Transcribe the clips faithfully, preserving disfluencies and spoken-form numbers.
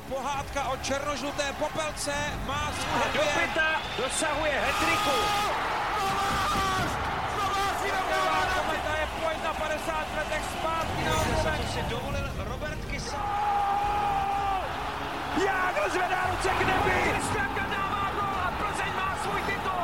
Pohádka o černožluté popelce má svůj happy end. Dopita dosahuje hat-tricku. Kometa je pojď na padesát letech zpátky na obloven. To si dovolil Robert Kysa. Jágr zvedá ruce k nebi. Kristianka dává gól a Plzeň má svůj titul.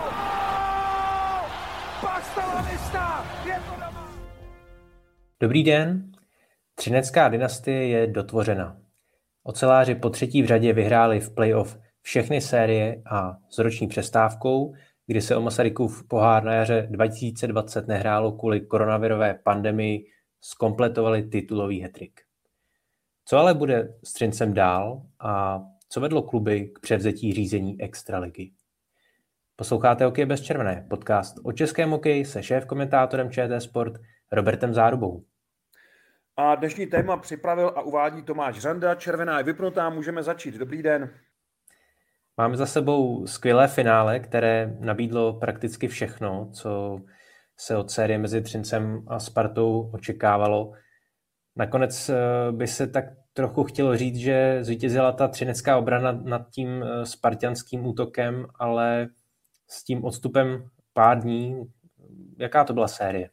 Pastalanista je to doma. Dobrý den. Třinecká dynastie je dotvořena. Oceláři po třetí v řadě vyhráli v playoff všechny série a s roční přestávkou, kdy se o Masarykův pohár na jaře dva tisíce dvacet nehrálo kvůli koronavirové pandemii, zkompletovali titulový hat-trick. Co ale bude s Třincem dál a co vedlo kluby k převzetí řízení extraligy? Posloucháte Hokej bez červené, podcast o českém hokeji se šéf-komentátorem ČT Sport Robertem Zárubou. A dnešní téma připravil a uvádí Tomáš Řanda. Červená je vypnutá, můžeme začít. Dobrý den. Máme za sebou skvělé finále, které nabídlo prakticky všechno, co se od série mezi Třincem a Spartou očekávalo. Nakonec by se tak trochu chtělo říct, že zvítězila ta třinecká obrana nad tím spartanským útokem, ale s tím odstupem pár dní, jaká to byla série?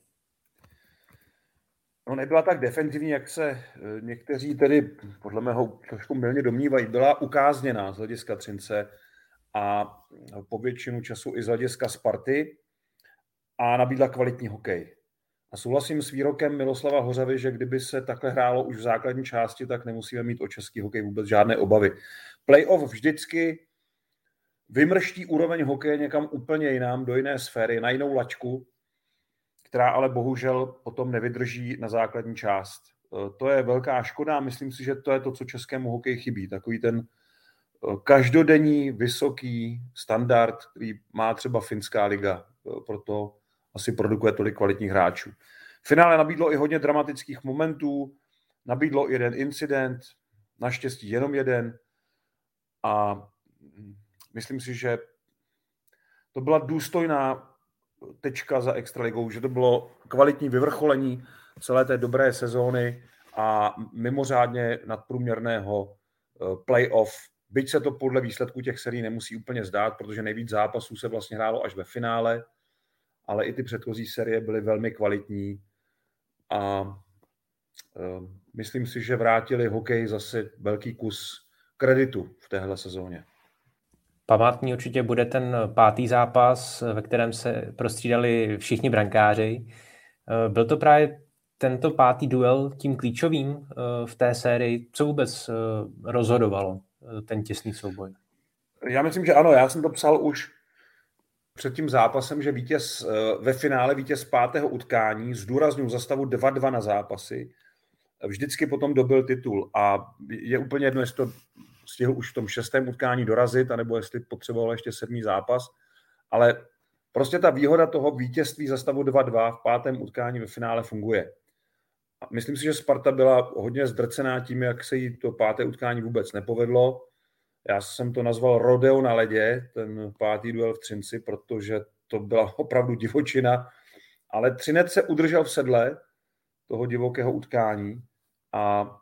No, nebyla tak defenzivní, jak se někteří tedy podle mého trošku mylně domnívají. Byla ukázněná z hlediska Třince a po většinu času i z hlediska Sparty a nabídla kvalitní hokej. A souhlasím s výrokem Miloslava Hořavy, že kdyby se takhle hrálo už v základní části, tak nemusíme mít o český hokej vůbec žádné obavy. Playoff vždycky vymrští úroveň hokeje někam úplně jinam, do jiné sféry, na jinou laťku, která ale bohužel potom nevydrží na základní část. To je velká škoda, myslím si, že to je to, co českému hokeji chybí. Takový ten každodenní, vysoký standard, který má třeba finská liga, proto asi produkuje tolik kvalitních hráčů. V finále nabídlo i hodně dramatických momentů, nabídlo i jeden incident, naštěstí jenom jeden a myslím si, že to byla důstojná tečka za extraligou, že to bylo kvalitní vyvrcholení celé té dobré sezóny a mimořádně nadprůměrného playoff. Byť se to podle výsledků těch sérií nemusí úplně zdát, protože nejvíc zápasů se vlastně hrálo až ve finále, ale i ty předchozí série byly velmi kvalitní a uh, myslím si, že vrátili hokej zase velký kus kreditu v téhle sezóně. Památný určitě bude ten pátý zápas, ve kterém se prostřídali všichni brankáři. Byl to právě tento pátý duel tím klíčovým v té sérii? Co vůbec rozhodovalo ten těsný souboj? Já myslím, že ano. Já jsem to psal už před tím zápasem, že vítěz ve finále, vítěz pátého utkání, zdůrazňuji za stavu dva dva na zápasy, vždycky potom dobil titul. A je úplně jedno, jestli to stihl už v tom šestém utkání dorazit, anebo jestli potřeboval ještě sedmý zápas. Ale prostě ta výhoda toho vítězství za stavu dva dva v pátém utkání ve finále funguje. A myslím si, že Sparta byla hodně zdrcená tím, jak se jí to páté utkání vůbec nepovedlo. Já jsem to nazval rodeo na ledě, ten pátý duel v Třinci, protože to byla opravdu divočina. Ale Třinec se udržel v sedle toho divokého utkání a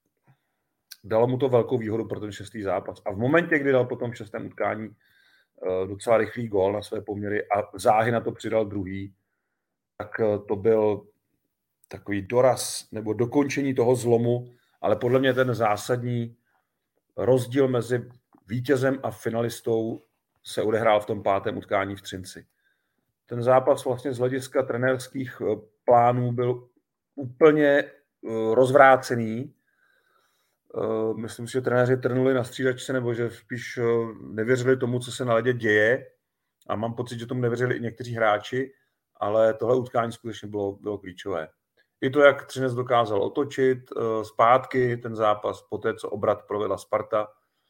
dalo mu to velkou výhodu pro ten šestý zápas. A v momentě, kdy dal po tom šestém utkání docela rychlý gól na své poměry a záhy na to přidal druhý, tak to byl takový doraz nebo dokončení toho zlomu, ale podle mě ten zásadní rozdíl mezi vítězem a finalistou se odehrál v tom pátém utkání v Třinci. Ten zápas vlastně z hlediska trenérských plánů byl úplně rozvrácený. Myslím si, že trenéři trnuli na střídačce, nebo že spíš nevěřili tomu, co se na ledě děje. A mám pocit, že tomu nevěřili i někteří hráči, ale tohle utkání skutečně bylo, bylo klíčové. I to, jak Třinec dokázal otočit zpátky ten zápas, po té, co obrat provedla Sparta,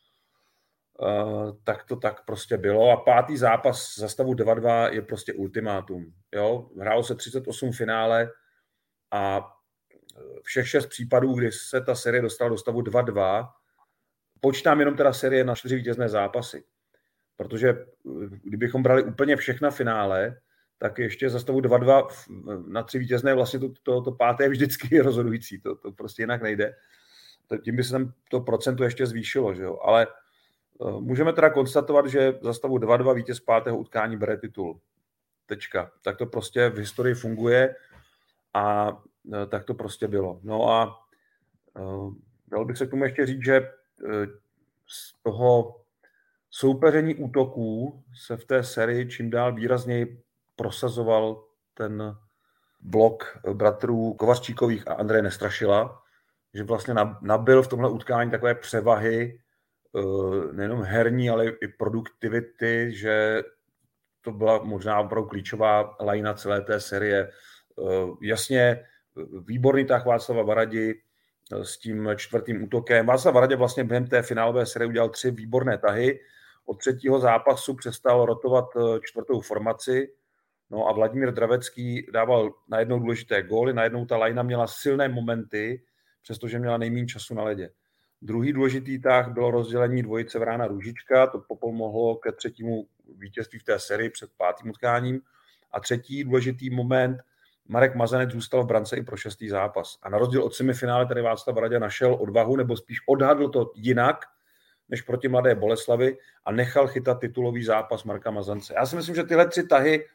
tak to tak prostě bylo. A pátý zápas za stavu dva dva je prostě ultimátum. Jo? Hrálo se třicet osm finále a všech šest případů, kdy se ta série dostala do stavu dva dva, počítám jenom teda série na čtyři vítězné zápasy. Protože kdybychom brali úplně všechna finále, tak ještě za stavu dva dva na tři vítězné vlastně to, to, to páté je vždycky rozhodující. To, to prostě jinak nejde. tím by se tam to procento ještě zvýšilo, že jo? Ale můžeme teda konstatovat, že za stavu dva dva vítěz pátého utkání bere titul. Tečka. Tak to prostě v historii funguje a tak to prostě bylo. No a dal bych se k tomu ještě říct, že z toho soupeření útoků se v té sérii čím dál výrazněji prosazoval ten blok bratrů Kovařčíkových a Andreje Nestrašila, že vlastně nabyl v tomhle utkání takové převahy nejenom herní, ale i produktivity, že to byla možná opravdu klíčová lajna celé té série. Jasně, výborný tah Václava Varadi s tím čtvrtým útokem. Václav Varadě vlastně během té finálové série udělal tři výborné tahy. Od třetího zápasu přestal rotovat čtvrtou formaci. No a Vladimír Dravecký dával najednou důležité góly, najednou ta lajna měla silné momenty, přestože měla nejméně času na ledě. Druhý důležitý tah bylo rozdělení dvojice Vrána Růžička, to pomohlo ke třetímu vítězství v té sérii před pátým utkáním. A třetí důležitý moment, Marek Mazanec zůstal v brance i pro šestý zápas. A na rozdíl od semifinále tady Václav Radě našel odvahu, nebo spíš odhadl to jinak, než proti Mladé Boleslavi a nechal chytat titulový zápas Marka Mazance. Já si myslím, že tyhle tři tahy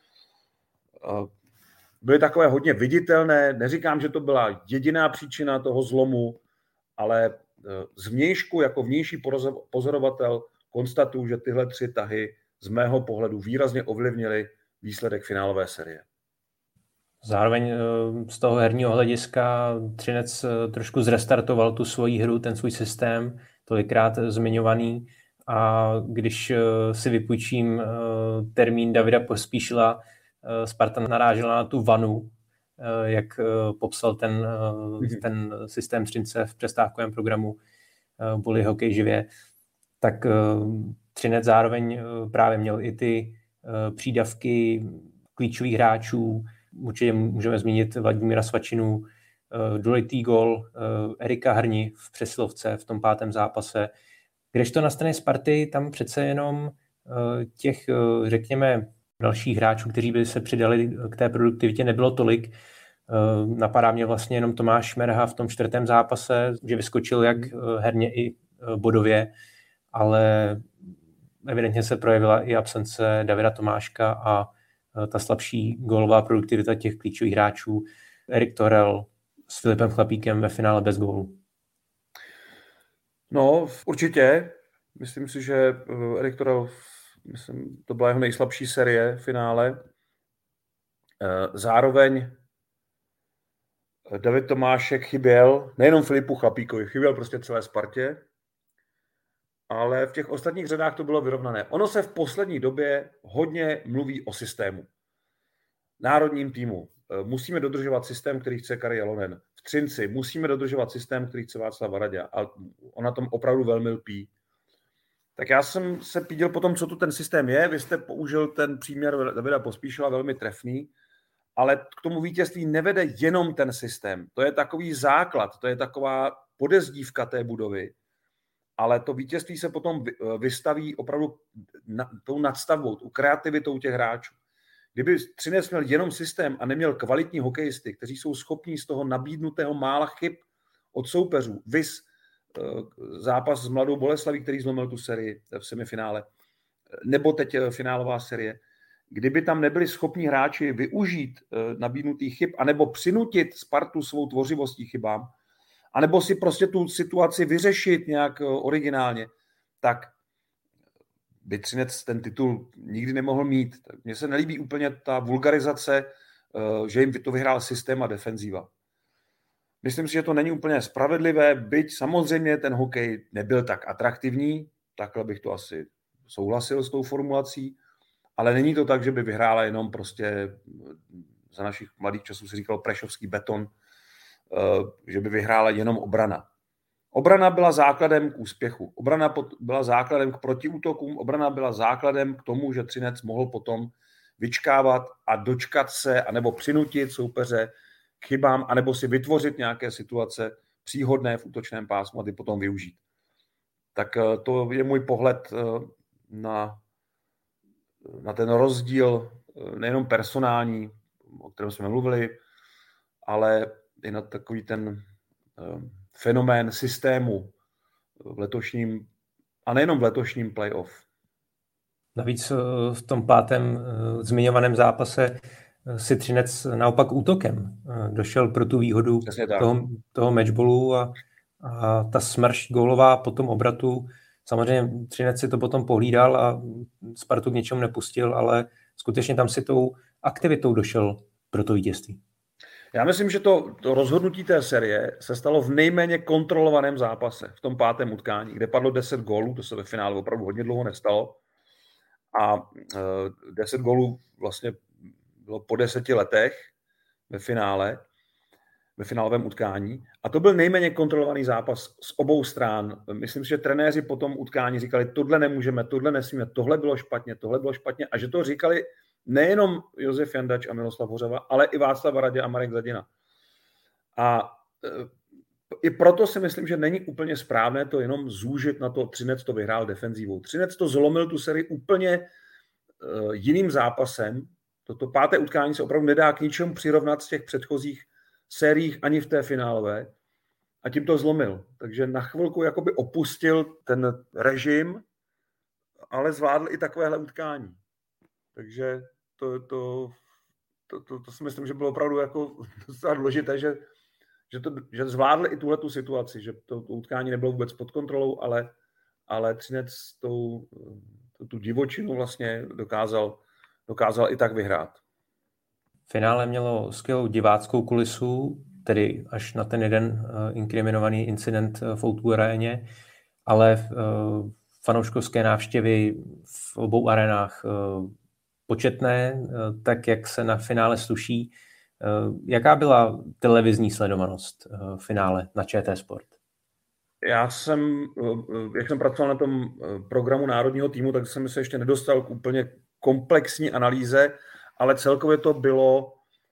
byly takové hodně viditelné. Neříkám, že to byla jediná příčina toho zlomu, ale zvnějšku jako vnější pozorovatel konstatuju, že tyhle tři tahy z mého pohledu výrazně ovlivnily výsledek finálové série. Zároveň z toho herního hlediska Třinec trošku zrestartoval tu svoji hru, ten svůj systém, tolikrát zmiňovaný. A když si vypůjčím termín Davida Pospíšila, Sparta narážela na tu vanu, jak popsal ten, ten systém Třince v přestávkovém programu Bully hokej živě, tak Třinec zároveň právě měl i ty přídavky klíčových hráčů. Určitě můžeme zmínit Vladimíra Svačinu, důležitý gól Erika Hrni v přesilovce v tom pátém zápase. Kdežto na straně Sparty tam přece jenom těch, řekněme, dalších hráčů, kteří by se přidali k té produktivitě, nebylo tolik. Napadá mě vlastně jenom Tomáš Šmerha v tom čtvrtém zápase, že vyskočil jak herně i bodově, ale evidentně se projevila i absence Davida Tomáška a ta slabší gólová produktivita těch klíčových hráčů. Erik Torel s Filipem Chlapíkem ve finále bez gólu. No, určitě. Myslím si, že Erik Torel, myslím, to byla jeho nejslabší série v finále. Zároveň David Tomášek chyběl, nejenom Filipu Chlapíkovi, chyběl prostě celé Spartě, ale v těch ostatních řadách to bylo vyrovnané. Ono se v poslední době hodně mluví o systému. Národním týmu musíme dodržovat systém, který chce Kari Jalonen. V Třinci musíme dodržovat systém, který chce Václav Varaďa. A on na tom opravdu velmi lpí. Tak já jsem se píděl po tom, co tu ten systém je. Vy jste použil ten příměr Davida Pospíšila, velmi trefný, ale k tomu vítězství nevede jenom ten systém. To je takový základ, to je taková podezdívka té budovy. Ale to vítězství se potom vystaví opravdu na, tou nadstavbou, tou kreativitou těch hráčů. Kdyby Třinec měl jenom systém a neměl kvalitní hokejisty, kteří jsou schopní z toho nabídnutého mála chyb od soupeřů, vys zápas s Mladou Boleslaví, který zlomil tu sérii v semifinále, nebo teď finálová série, kdyby tam nebyli schopní hráči využít nabídnutých chyb, anebo přinutit Spartu svou tvořivostí chybám, anebo si prostě tu situaci vyřešit nějak originálně, tak by Třinec ten titul nikdy nemohl mít. Mně se nelíbí úplně ta vulgarizace, že jim to vyhrál systém a defenzíva. Myslím si, že to není úplně spravedlivé, byť samozřejmě ten hokej nebyl tak atraktivní, takhle bych to asi souhlasil s tou formulací, ale není to tak, že by vyhrála jenom prostě, za našich mladých časů se říkal prešovský beton, že by vyhrála jenom obrana. Obrana byla základem k úspěchu. Obrana byla základem k protiútokům, obrana byla základem k tomu, že Třinec mohl potom vyčkávat a dočkat se, anebo přinutit soupeře k chybám, anebo si vytvořit nějaké situace příhodné v útočném pásmu a ty potom využít. Tak to je můj pohled na, na ten rozdíl, nejenom personální, o kterém jsme mluvili, ale i na takový ten fenomén systému v letošním, a nejenom v letošním playoff. Navíc v tom pátém zmiňovaném zápase si Třinec naopak útokem došel pro tu výhodu toho, toho matchballu a, a ta smršť gólová po tom obratu. Samozřejmě Třinec si to potom pohlídal a Spartu k něčemu nepustil, ale skutečně tam si tou aktivitou došel pro to vítězství. Já myslím, že to, to rozhodnutí té série se stalo v nejméně kontrolovaném zápase, v tom pátém utkání, kde padlo deset gólů, to se ve finále opravdu hodně dlouho nestalo. A uh, deset gólů vlastně bylo po deseti letech ve finále, ve finálovém utkání. A to byl nejméně kontrolovaný zápas z obou stran. Myslím si, že trenéři po tom utkání říkali, tohle nemůžeme, tohle nesmíme, tohle bylo špatně, tohle bylo špatně. A že to říkali nejenom Josef Jandač a Miloslav Hořava, ale i Václav Radě a Marek Zadina. A i proto si myslím, že není úplně správné to jenom zúžit na to, Třinec to vyhrál defenzívou. Třinec to zlomil tu sérii úplně uh, jiným zápasem. Toto páté utkání se opravdu nedá k ničemu přirovnat z těch předchozích sériích ani v té finálové. A tím to zlomil. Takže na chvilku jakoby opustil ten režim, ale zvládl i takovéhle utkání. Takže to, to, to, to, to si myslím, že bylo opravdu jako docela důležité, že, že, to, že zvládl i tuhletu situaci, že to, to utkání nebylo vůbec pod kontrolou, ale, ale Třinec tou, tu divočinu vlastně dokázal, dokázal i tak vyhrát. Finále mělo skvělou diváckou kulisu, tedy až na ten jeden uh, inkriminovaný incident v ó dvě aréně, ale uh, fanouškovské návštěvy v obou arenách uh, početné, uh, tak jak se na finále sluší. Uh, jaká byla televizní sledovanost uh, v finále na ČT Sport? Já jsem, uh, jak jsem pracoval na tom uh, programu národního týmu, tak jsem se ještě nedostal k úplně komplexní analýze, ale celkově to bylo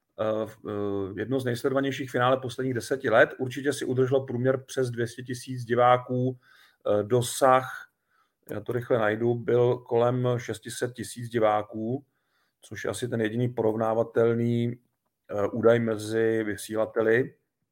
uh, jedno z nejsledovanějších finále posledních deseti let. Určitě si udrželo průměr přes dvě stě tisíc diváků. Uh, dosah, já to rychle najdu, byl kolem šest set tisíc diváků, což je asi ten jediný porovnávatelný uh, údaj mezi vysílateli.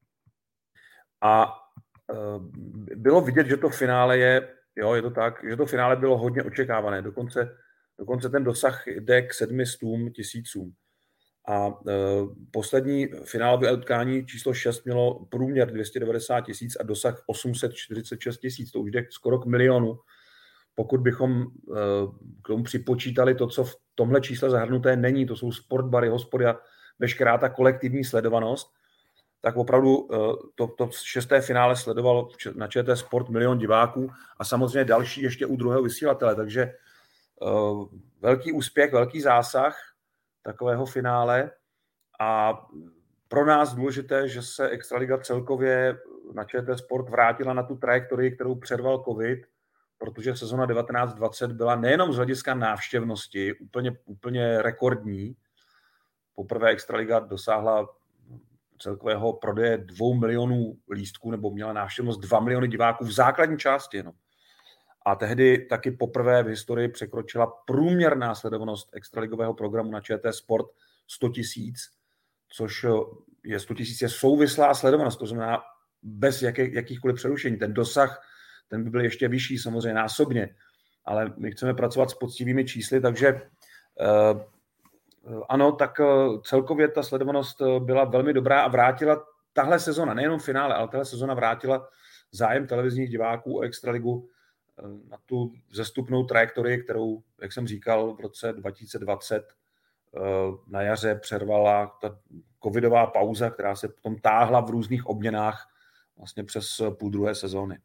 A uh, bylo vidět, že to finále je, jo, je to tak, že to finále bylo hodně očekávané. Dokonce Dokonce ten dosah jde k sedmi stům tisícům. A e, poslední finálové utkání číslo šest mělo průměr dvě stě devadesát tisíc a dosah osm set čtyřicet šest tisíc. To už jde skoro k milionu. Pokud bychom e, k tomu připočítali to, co v tomhle čísle zahrnuté není, to jsou sportbary, hospody a veškerá ta kolektivní sledovanost, tak opravdu e, to, to šesté finále sledovalo na ČT Sport milion diváků a samozřejmě další ještě u druhého vysílatele. Takže Uh, velký úspěch, velký zásah takového finále a pro nás důležité, že se Extraliga celkově na ČT Sport vrátila na tu trajektorii, kterou přerval covid, protože sezona devatenáct dvacet byla nejenom z hlediska návštěvnosti úplně, úplně rekordní. Poprvé Extraliga dosáhla celkového prodeje dvou milionů lístků nebo měla návštěvnost dva miliony diváků v základní části jenom. A tehdy taky poprvé v historii překročila průměrná sledovanost extraligového programu na ČT Sport sto tisíc, což je sto tisíc je souvislá sledovanost, to znamená bez jaký, jakýchkoliv přerušení. Ten dosah, ten by byl ještě vyšší samozřejmě násobně, ale my chceme pracovat s poctivými čísly, takže eh, ano, tak celkově ta sledovanost byla velmi dobrá a vrátila tahle sezona, nejenom finále, ale tahle sezona vrátila zájem televizních diváků o extraligu na tu vzestupnou trajektorii, kterou, jak jsem říkal, v roce dva tisíce dvacet na jaře přervala ta covidová pauza, která se potom táhla v různých obměnách vlastně přes půl druhé sezóny.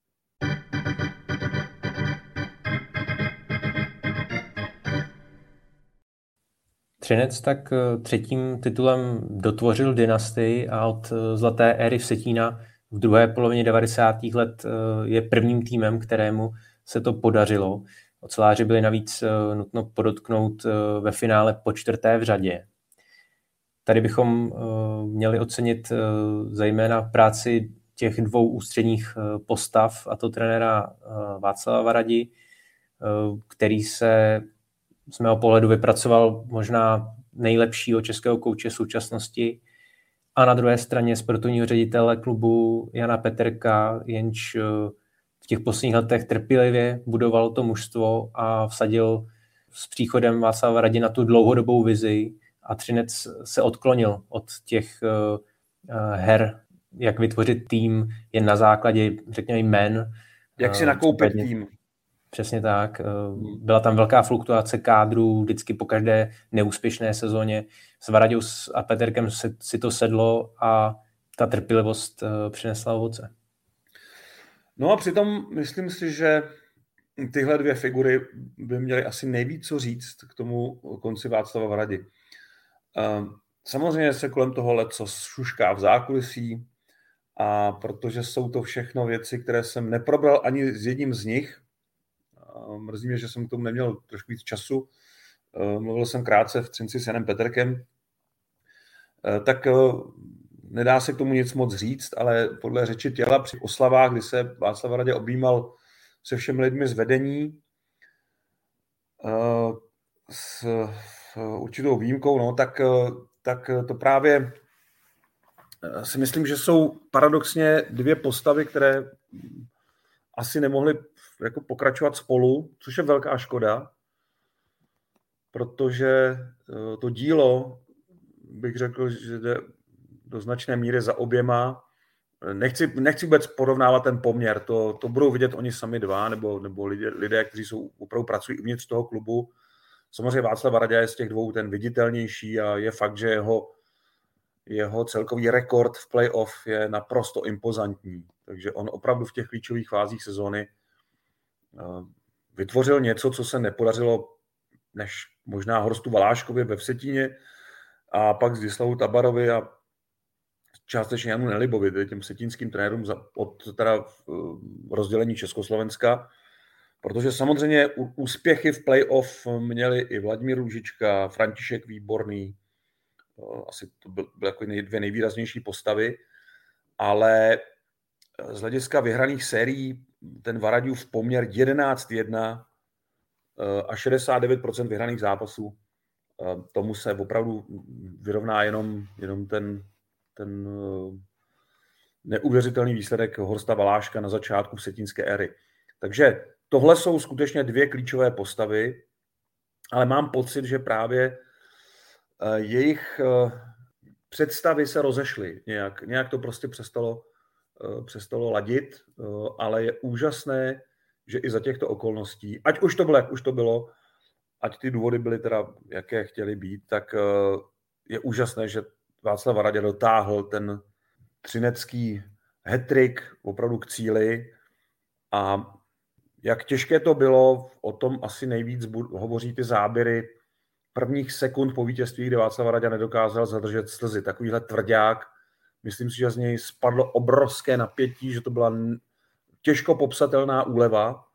Třinec tak třetím titulem dotvořil dynastii a od zlaté éry Vsetína v druhé polovině devadesátých let je prvním týmem, kterému se to podařilo. Oceláři byli navíc nutno podotknout ve finále po čtvrté v řadě. Tady bychom měli ocenit zejména práci těch dvou ústředních postav, a to trenéra Václava Radi, který se z mého pohledu vypracoval možná nejlepšího českého kouče současnosti, a na druhé straně sportovního ředitele klubu Jana Peterka, jenž v těch posledních letech trpělivě budoval to mužstvo a vsadil s příchodem Václava Radi na tu dlouhodobou vizi a Třinec se odklonil od těch her, jak vytvořit tým jen na základě, řekněme, jmen. Jak si nakoupit tým. Přesně tak. Byla tam velká fluktuace kádrů, vždycky po každé neúspěšné sezóně. S Varaďou a Peterkem si to sedlo a ta trpělivost přinesla ovoce. No a přitom myslím si, že tyhle dvě figury by měly asi nejvíc co říct k tomu konci Václava Varady. Samozřejmě se kolem toho leco šušká v zákulisí, a protože jsou to všechno věci, které jsem neprobral ani s jedním z nich, mrzí mě, že jsem k tomu neměl trošku víc času, mluvil jsem krátce v Třinci s Janem Peterkem, tak nedá se k tomu nic moc říct, ale podle řeči těla při oslavách, kdy se Václav Radě objímal se všemi lidmi z vedení, s určitou výjimkou, no, tak, tak to právě si myslím, že jsou paradoxně dvě postavy, které asi nemohly jako pokračovat spolu, což je velká škoda, protože to dílo, bych řekl, že jde do značné míry za oběma. Nechci, nechci vůbec porovnávat ten poměr, to, to budou vidět oni sami dva, nebo, nebo lidé, lidé, kteří jsou opravdu pracují uvnitř toho klubu. Samozřejmě Václav Varada je z těch dvou ten viditelnější a je fakt, že jeho, jeho celkový rekord v playoff je naprosto impozantní. Takže on opravdu v těch klíčových fázích sezóny vytvořil něco, co se nepodařilo než možná Horstu Valáškovi ve Vsetíně a pak Zdislavu Tabarovi a částečně Janu Nelibovi, těm vsetínským trenérům od teda rozdělení Československa, protože samozřejmě úspěchy v playoff měli i Vladimír Růžička, František Výborný, asi to byly jako dvě nejvýraznější postavy, ale z hlediska vyhraných sérií ten Varaďův poměr jedenáct jedna a šedesát devět procent vyhraných zápasů, tomu se opravdu vyrovná jenom, jenom ten, ten neuvěřitelný výsledek Horsta Valáška na začátku vsetínské éry. Takže tohle jsou skutečně dvě klíčové postavy, ale mám pocit, že právě jejich představy se rozešly. Nějak, nějak to prostě přestalo, přestalo ladit, ale je úžasné, že i za těchto okolností, ať už to bylo, jak už to bylo, ať ty důvody byly teda, jaké chtěly být, tak je úžasné, že Václav Varada dotáhl ten třinecký hat-trick opravdu k cíli a jak těžké to bylo, o tom asi nejvíc hovoří ty záběry prvních sekund po vítězství, kde Václav Varada nedokázal zadržet slzy. Takovýhle tvrdák, myslím si, že z něj spadlo obrovské napětí, že to byla těžko popsatelná úleva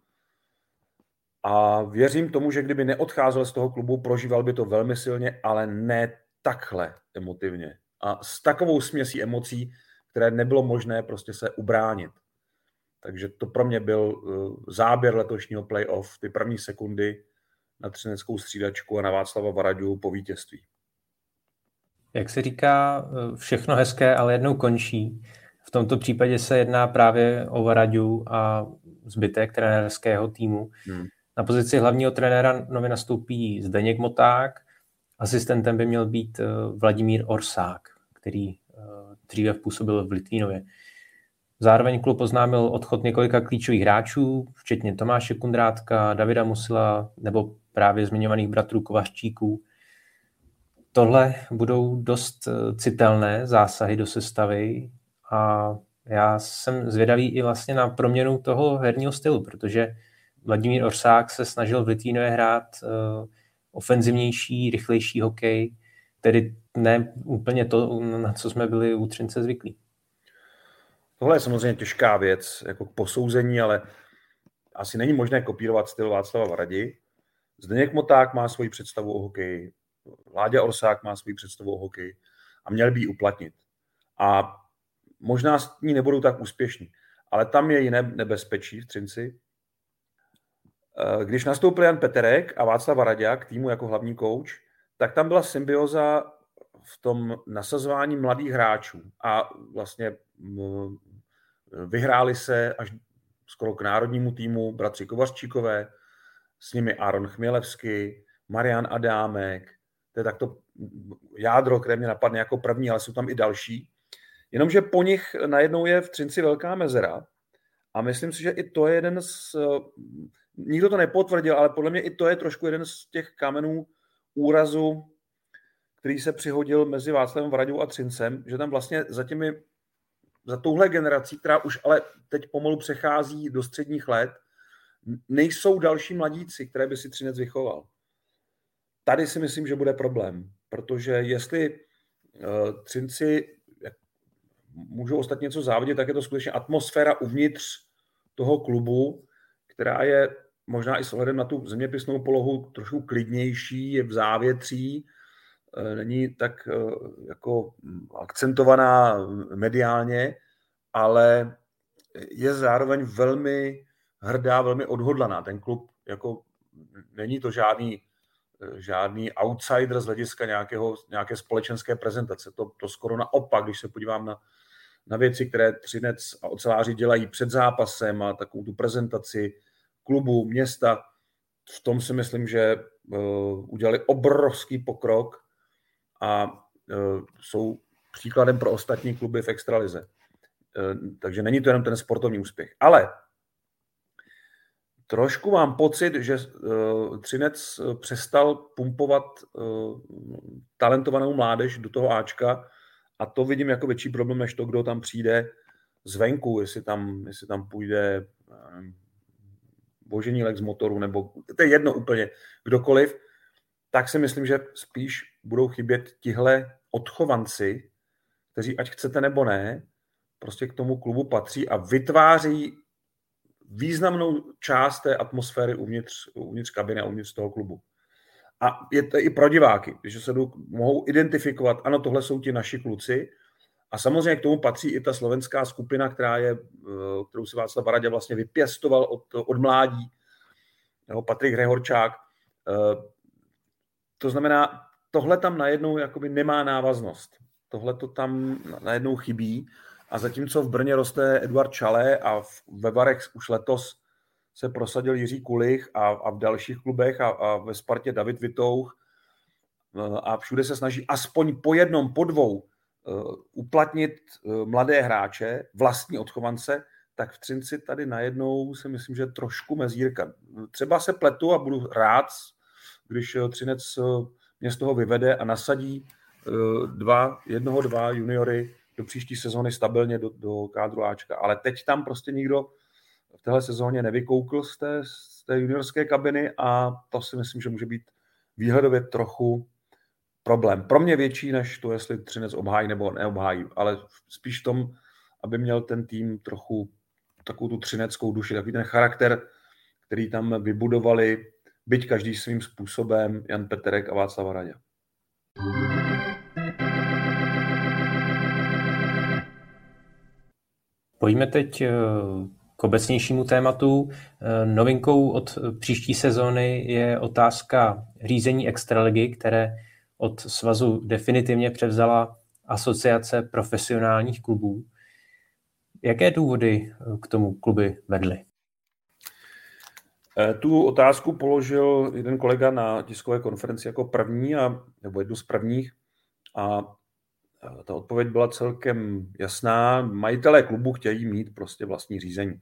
a věřím tomu, že kdyby neodcházel z toho klubu, prožíval by to velmi silně, ale ne takhle emotivně a s takovou směsí emocí, které nebylo možné prostě se ubránit. Takže to pro mě byl záběr letošního playoff, ty první sekundy na třineckou střídačku a na Václava Varadu po vítězství. Jak se říká, všechno hezké, ale jednou končí. V tomto případě se jedná právě o Varadu a zbytek trenérského týmu. Hmm. Na pozici hlavního trenéra nově nastoupí Zdeněk Moták, asistentem by měl být Vladimír Orsák, který dříve působil v Litvínově. Zároveň klub oznámil odchod několika klíčových hráčů, včetně Tomáše Kundrátka, Davida Musila nebo právě zmiňovaných bratrů Kovařčíků. Tohle budou dost citelné zásahy do sestavy a já jsem zvědavý i vlastně na proměnu toho herního stylu, protože Vladimír Orsák se snažil v Litvínově hrát uh, ofenzivnější, rychlejší hokej, tedy ne úplně to, na co jsme byli u Třince zvyklí. Tohle je samozřejmě těžká věc jako k posouzení, ale asi není možné kopírovat styl Václava Varady. Zdeněk Moták má svoji představu o hokeji, Láďa Orsák má svoji představu o hokeji a měl by ji uplatnit. A možná s ní nebudou tak úspěšní, ale tam je jiné nebezpečí v Třinci. Když nastoupil Jan Peterek a Václav Varada k týmu jako hlavní kouč, tak tam byla symbioza v tom nasazování mladých hráčů a vlastně vyhráli se až skoro k národnímu týmu bratři Kovařčíkové, s nimi Aaron Chmělevský, Marian Adámek, to je takto jádro, které mě napadne jako první, ale jsou tam i další. Jenomže po nich najednou je v Třinci velká mezera a myslím si, že i to je jeden z... Nikdo to nepotvrdil, ale podle mě i to je trošku jeden z těch kamenů úrazu, který se přihodil mezi Václavem Varaďou a Třincem, že tam vlastně za těmi, za touhle generací, která už ale teď pomalu přechází do středních let, nejsou další mladíci, které by si Třinec vychoval. Tady si myslím, že bude problém, protože jestli uh, Třinci můžou ostatně něco závidět, tak je to skutečně atmosféra uvnitř toho klubu, která je možná i s ohledem na tu zeměpisnou polohu trošku klidnější, je v závětří, není tak jako akcentovaná mediálně, ale je zároveň velmi hrdá, velmi odhodlaná. Ten klub jako není to žádný, žádný outsider z hlediska nějakého, nějaké společenské prezentace. To, to skoro naopak, když se podívám na, na věci, které Třinec a oceláři dělají před zápasem a takovou tu prezentaci klubu, města, v tom si myslím, že uh, udělali obrovský pokrok a uh, jsou příkladem pro ostatní kluby v extralize. Uh, takže není to jenom ten sportovní úspěch. Ale trošku mám pocit, že uh, Třinec přestal pumpovat uh, talentovanou mládež do toho Ačka a to vidím jako větší problém, než to, kdo tam přijde zvenku, jestli tam, jestli tam půjde uh, Boženílek z Motoru, nebo to je jedno úplně, kdokoliv, tak si myslím, že spíš budou chybět tihle odchovanci, kteří, ať chcete nebo ne, prostě k tomu klubu patří a vytváří významnou část té atmosféry uvnitř, uvnitř kabiny a uvnitř toho klubu. A je to i pro diváky, že se mohou identifikovat, ano, tohle jsou ti naši kluci, a samozřejmě k tomu patří i ta slovenská skupina, která je, kterou si Václav Varaďa vlastně vypěstoval od, od mládí, nebo Patrik Hřehorčák. To znamená, tohle tam najednou jakoby nemá návaznost. Tohle to tam najednou chybí. A zatímco v Brně roste Eduard Čalé a ve Varech už letos se prosadil Jiří Kulich a, a v dalších klubech a, a ve Spartě David Vitouch a všude se snaží aspoň po jednom, po dvou uplatnit mladé hráče, vlastní odchovance, tak v Třinci tady najednou si myslím, že trošku mezírka. Třeba se pletu a budu rád, když Třinec mě z toho vyvede a nasadí dva, jednoho, dva juniory do příští sezóny stabilně do, do kádru Ačka. Ale teď tam prostě nikdo v téhle sezóně nevykoukl z té, z té juniorské kabiny a to si myslím, že může být výhledově trochu problém. Pro mě větší, než to, jestli Třinec obhájí nebo neobhájí, ale spíš v tom, aby měl ten tým trochu takovou tu třineckou duši, takový ten charakter, který tam vybudovali, byť každý svým způsobem, Jan Peterek a Václav Varaďa. Pojďme teď k obecnějšímu tématu. Novinkou od příští sezóny je otázka řízení extraligy, které od svazu definitivně převzala Asociace profesionálních klubů. Jaké důvody k tomu kluby vedly? Tu otázku položil jeden kolega na tiskové konferenci jako první, a, nebo jednu z prvních, a ta odpověď byla celkem jasná. Majitelé klubu chtějí mít prostě vlastní řízení.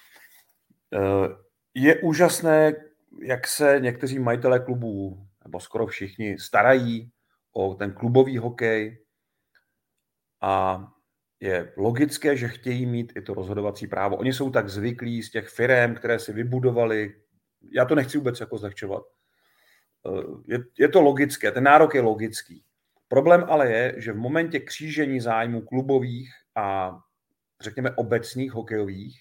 Je úžasné, jak se někteří majitelé klubů, nebo skoro všichni, starají o ten klubový hokej a je logické, že chtějí mít i to rozhodovací právo. Oni jsou tak zvyklí z těch firem, které si vybudovali. Já to nechci vůbec jako zlehčovat. Je, je to logické, ten nárok je logický. Problém ale je, že v momentě křížení zájmů klubových a řekněme obecných hokejových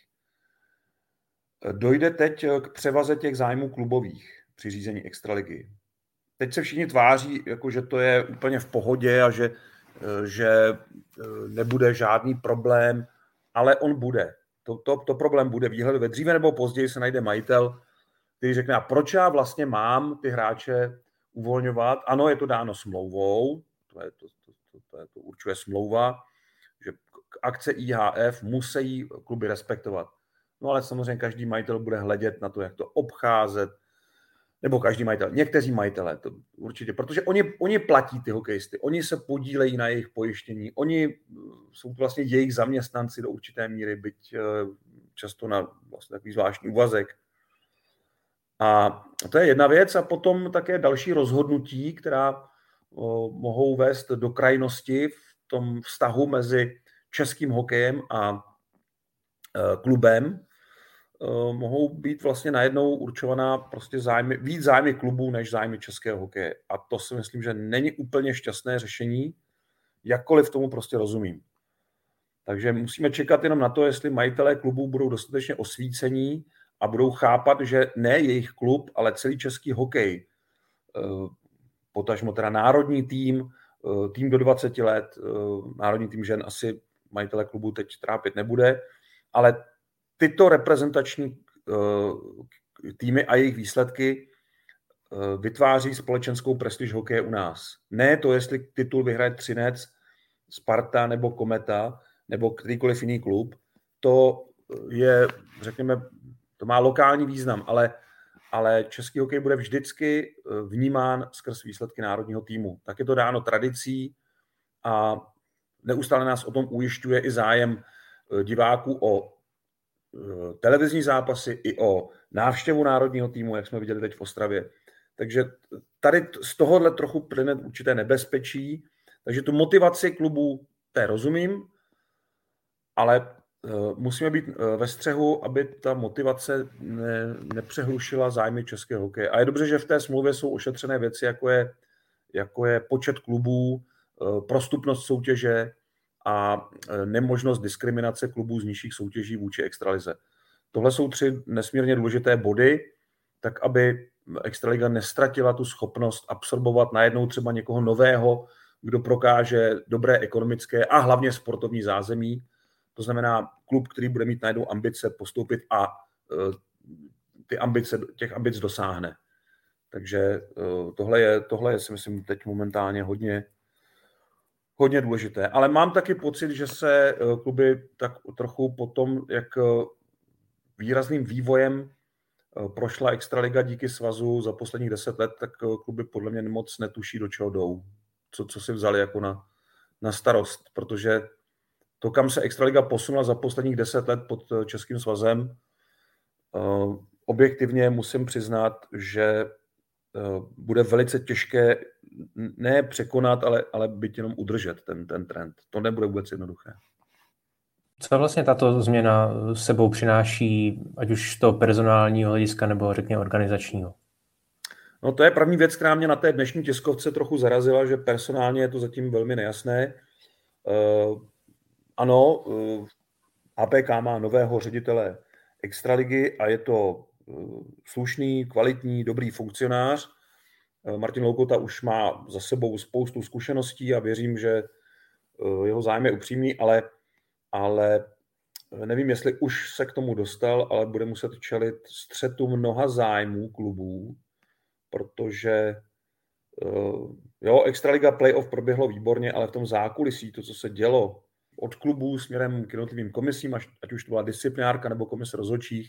dojde teď k převaze těch zájmů klubových při řízení extraligy. Teď se všichni tváří, jako že to je úplně v pohodě a že, že nebude žádný problém, ale on bude. To, to, to problém bude výhledově. Dříve nebo později se najde majitel, který řekne, a proč já vlastně mám ty hráče uvolňovat? Ano, je to dáno smlouvou, to, je, to, to to, je, to určuje smlouva, že akce I H F musí kluby respektovat. No ale samozřejmě každý majitel bude hledět na to, jak to obcházet, nebo každý majitel, někteří majitelé, to určitě, protože oni, oni platí ty hokejisty, oni se podílejí na jejich pojištění, oni jsou vlastně jejich zaměstnanci do určité míry, byť často na vlastně takový zvláštní úvazek. A to je jedna věc a potom také další rozhodnutí, která o, mohou vést do krajnosti v tom vztahu mezi českým hokejem a e, klubem, mohou být vlastně najednou určovaná prostě zájmy, víc zájmy klubů než zájmy českého hokeje. A to si myslím, že není úplně šťastné řešení, jakkoliv tomu prostě rozumím. Takže musíme čekat jenom na to, jestli majitelé klubů budou dostatečně osvícení a budou chápat, že ne jejich klub, ale celý český hokej, potažmo teda národní tým, tým do dvaceti let, národní tým žen asi majitelé klubů teď trápit nebude, ale tyto reprezentační týmy a jejich výsledky vytváří společenskou prestiž hokeje u nás. Ne to, jestli titul vyhraje Třinec, Sparta nebo Kometa nebo kterýkoliv jiný klub, to je, řekněme, to má lokální význam, ale, ale český hokej bude vždycky vnímán skrz výsledky národního týmu. Tak je to dáno tradicí a neustále nás o tom ujišťuje i zájem diváků o televizní zápasy i o návštěvu národního týmu, jak jsme viděli teď v Ostravě. Takže tady z tohohle trochu plyne určité nebezpečí, takže tu motivaci klubů, té rozumím, ale musíme být ve střehu, aby ta motivace ne, nepřehlušila zájmy českého hokeje. A je dobře, že v té smlouvě jsou ošetřené věci, jako je, jako je počet klubů, prostupnost soutěže a nemožnost diskriminace klubů z nižších soutěží vůči extralize. Tohle jsou tři nesmírně důležité body, tak aby extraliga nestratila tu schopnost absorbovat najednou třeba někoho nového, kdo prokáže dobré ekonomické a hlavně sportovní zázemí. To znamená klub, který bude mít najednou ambice postoupit a ty ambice, těch ambic dosáhne. Takže tohle je, tohle je si myslím teď momentálně hodně hodně důležité. Ale mám taky pocit, že se kluby tak trochu potom, jak výrazným vývojem prošla extraliga díky svazu za posledních deset let, tak kluby podle mě moc netuší, do čeho jdou. Co, co si vzali jako na, na starost. Protože to, kam se extraliga posunula za posledních deset let pod českým svazem, objektivně musím přiznat, že bude velice těžké ne překonat, ale, ale byť jenom udržet ten, ten trend. To nebude vůbec jednoduché. Co vlastně tato změna sebou přináší, ať už z toho personálního hlediska nebo řekněme organizačního? No to je první věc, která mě na té dnešní tiskovce trochu zarazila, že personálně je to zatím velmi nejasné. Uh, ano, uh, A P K má nového ředitele extraligy a je to uh, slušný, kvalitní, dobrý funkcionář. Uh, Martin Loukota už má za sebou spoustu zkušeností a věřím, že uh, jeho zájem je upřímný, ale, ale nevím, jestli už se k tomu dostal, ale bude muset čelit střetu mnoha zájmů klubů, protože jo, extraliga playoff proběhlo výborně, ale v tom zákulisí, to, co se dělo od klubů směrem k jednotlivým komisím, ať už to byla disciplinárka nebo komise rozhodčích,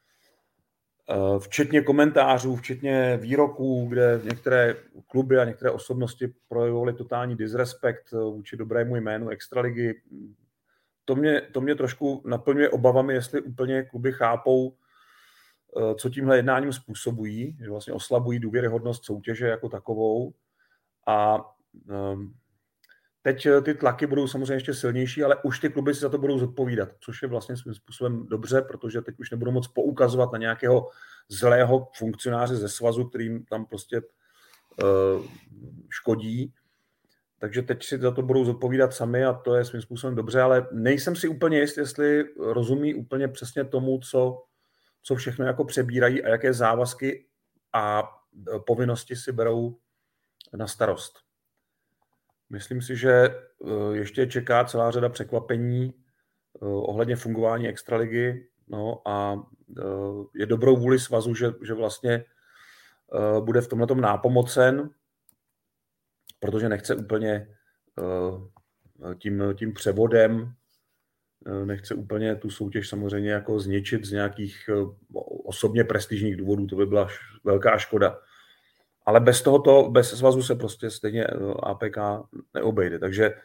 včetně komentářů, včetně výroků, kde některé kluby a některé osobnosti projevovaly totální disrespekt vůči dobrému jménu extraligy. To mě, to mě trošku naplňuje obavami, jestli úplně kluby chápou, co tímhle jednáním způsobují, že vlastně oslabují důvěryhodnost soutěže jako takovou. A um, teď ty tlaky budou samozřejmě ještě silnější, ale už ty kluby si za to budou zodpovídat, což je vlastně svým způsobem dobře, protože teď už nebudou moc poukazovat na nějakého zlého funkcionáře ze svazu, kterým tam prostě uh, škodí. Takže teď si za to budou zodpovídat sami a to je svým způsobem dobře, ale nejsem si úplně jist, jestli rozumí úplně přesně tomu, co co všechno jako přebírají a jaké závazky a povinnosti si berou na starost. Myslím si, že ještě čeká celá řada překvapení ohledně fungování extraligy, no a je dobrou vůli svazu, že, že vlastně bude v tomhletom nápomocen, protože nechce úplně tím, tím převodem. Nechce úplně tu soutěž samozřejmě jako zničit z nějakých osobně prestižních důvodů, to by byla velká škoda. Ale bez tohoto, bez svazu se prostě stejně A P K neobejde. Takže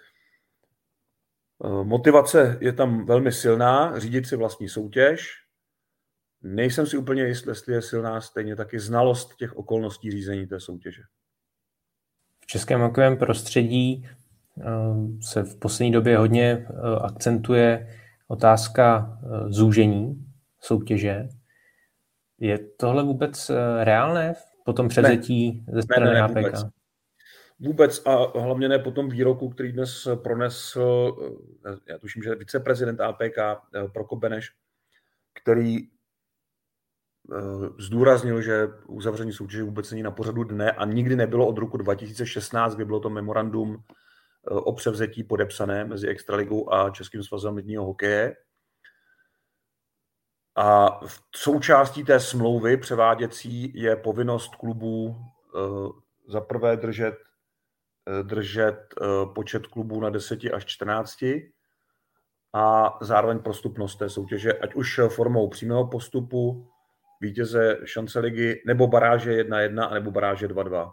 motivace je tam velmi silná, řídit si vlastní soutěž. Nejsem si úplně jist, jestli je silná stejně taky znalost těch okolností řízení té soutěže. V českém hokejovém prostředí se v poslední době hodně akcentuje otázka zúžení soutěže. Je tohle vůbec reálné po tom převzetí ze strany ne, ne, A P K? Vůbec. vůbec a hlavně ne po tom výroku, který dnes pronesl, já tuším, že viceprezident A P K Prokop Beneš, který zdůraznil, že uzavření soutěže vůbec není na pořadu dne a nikdy nebylo od roku dva tisíce šestnáct, kdy bylo to memorandum o převzetí podepsané mezi Extraligou a Českým svazem ledního hokeje. A v součástí té smlouvy převáděcí je povinnost klubů za prvé držet, držet počet klubů na deseti až čtrnácti a zároveň prostupnost té soutěže, ať už formou přímého postupu, vítěze šance ligy, nebo baráže jedna jedna, nebo baráže dva dva.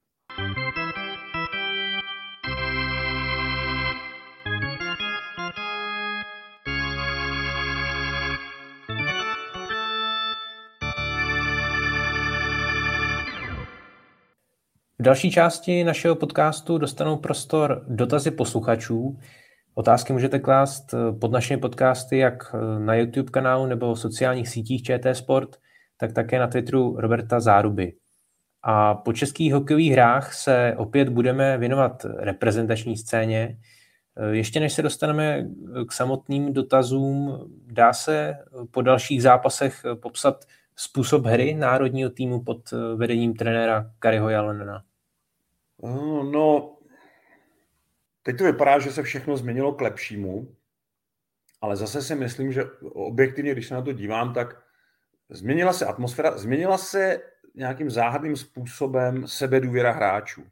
V další části našeho podcastu dostanou prostor dotazy posluchačů. Otázky můžete klást pod našimi podcasty jak na YouTube kanálu nebo v sociálních sítích ČT Sport, tak také na Twitteru Roberta Záruby. A po českých hokejových hrách se opět budeme věnovat reprezentační scéně. Ještě než se dostaneme k samotným dotazům, dá se po dalších zápasech popsat způsob hry národního týmu pod vedením trenéra Kariho Jalenena? No, teď to vypadá, že se všechno změnilo k lepšímu, ale zase si myslím, že objektivně, když se na to dívám, tak změnila se atmosféra, změnila se nějakým záhadným způsobem sebedůvěra hráčů.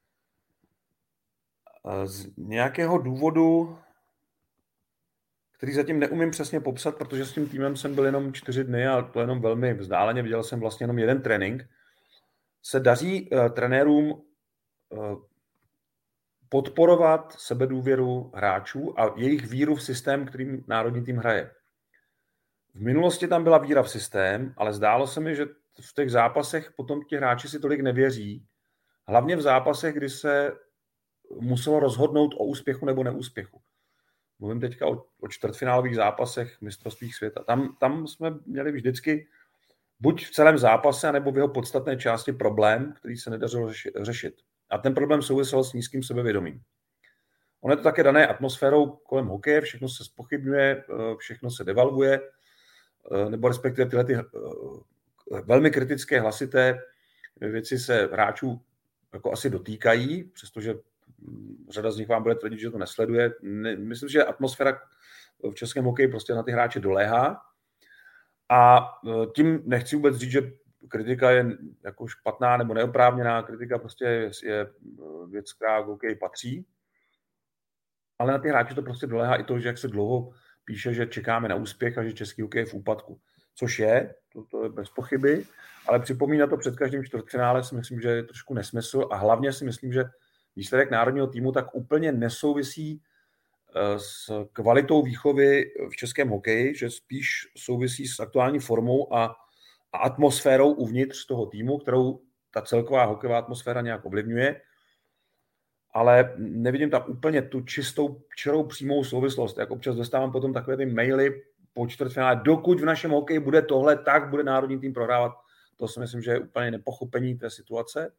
Z nějakého důvodu, který zatím neumím přesně popsat, protože s tím týmem jsem byl jenom čtyři dny a to jenom velmi vzdáleně, viděl jsem vlastně jenom jeden trénink, se daří uh, trenérům uh, podporovat sebedůvěru hráčů a jejich víru v systém, kterým národní tým hraje. V minulosti tam byla víra v systém, ale zdálo se mi, že v těch zápasech potom ti hráči si tolik nevěří. Hlavně v zápasech, kdy se muselo rozhodnout o úspěchu nebo neúspěchu. Mluvím teďka o, o čtvrtfinálových zápasech mistrovství světa. Tam, tam jsme měli vždycky buď v celém zápase, nebo v jeho podstatné části problém, který se nedařilo řešit. A ten problém souvisel s nízkým sebevědomím. On je to také dané atmosférou kolem hokeje, všechno se zpochybňuje, všechno se devalvuje, nebo respektive tyhle ty velmi kritické hlasité věci se hráčů jako asi dotýkají, přestože řada z nich vám bude tvrdit, že to nesleduje. Myslím, že atmosféra v českém hokeji prostě na ty hráče doléhá a tím nechci vůbec říct, že kritika je jako špatná nebo neoprávněná, kritika prostě je, je věc, která k hokeji patří, ale na ty hráče to prostě doléhá i to, že jak se dlouho píše, že čekáme na úspěch a že český hokej je v úpadku. Což je, to, to je bez pochyby, ale připomínat to před každým čtvrtfinále si myslím, že je trošku nesmysl a hlavně si myslím, že výsledek národního týmu tak úplně nesouvisí s kvalitou výchovy v českém hokeji, že spíš souvisí s aktuální formou a, a atmosférou uvnitř toho týmu, kterou ta celková hokejová atmosféra nějak ovlivňuje, ale nevidím tam úplně tu čistou, čirou přímou souvislost. Jak občas dostávám potom takové ty maily po čtvrtfinále, dokud v našem hokeji bude tohle, tak bude národní tým prohrávat. To si myslím, že je úplně nepochopení té situace.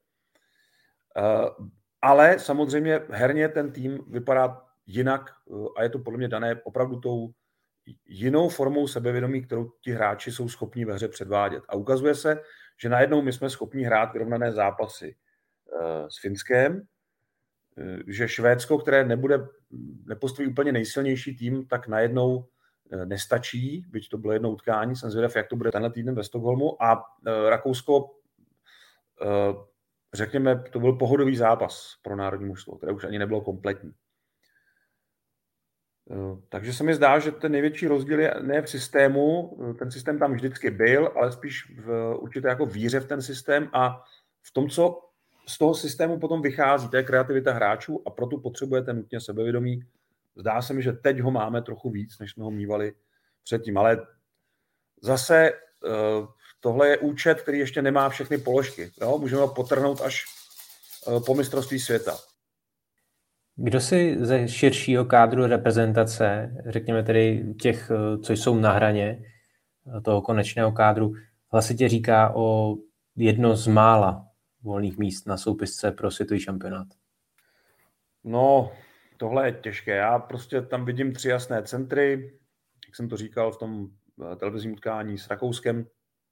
Ale samozřejmě herně ten tým vypadá jinak a je to podle mě dané opravdu tou jinou formou sebevědomí, kterou ti hráči jsou schopni ve hře předvádět. A ukazuje se, že najednou my jsme schopni hrát vyrovnané zápasy s Finskem, že Švédsko, které nebude, nepostaví úplně nejsilnější tým, tak najednou nestačí, byť to bylo jedno utkání, jsem zvědav, jak to bude tenhle týden ve Stockholmu, a Rakousko řekněme, to byl pohodový zápas pro národní mužstvo, které už ani nebylo kompletní. Takže se mi zdá, že ten největší rozdíl je ne v systému, ten systém tam vždycky byl, ale spíš v určité jako víře v ten systém a v tom, co z toho systému potom vychází, to je kreativita hráčů a proto potřebujete nutně sebevědomí. Zdá se mi, že teď ho máme trochu víc, než jsme ho mívali předtím, ale zase tohle je účet, který ještě nemá všechny položky. Jo? Můžeme ho potrhnout až po mistrovství světa. Kdo si ze širšího kádru reprezentace, řekněme tedy těch, co jsou na hraně toho konečného kádru, hlasitě říká o jedno z mála volných míst na soupisce pro světový šampionát? No, tohle je těžké. Já prostě tam vidím tři jasné centry, jak jsem to říkal v tom televizním utkání s Rakouskem.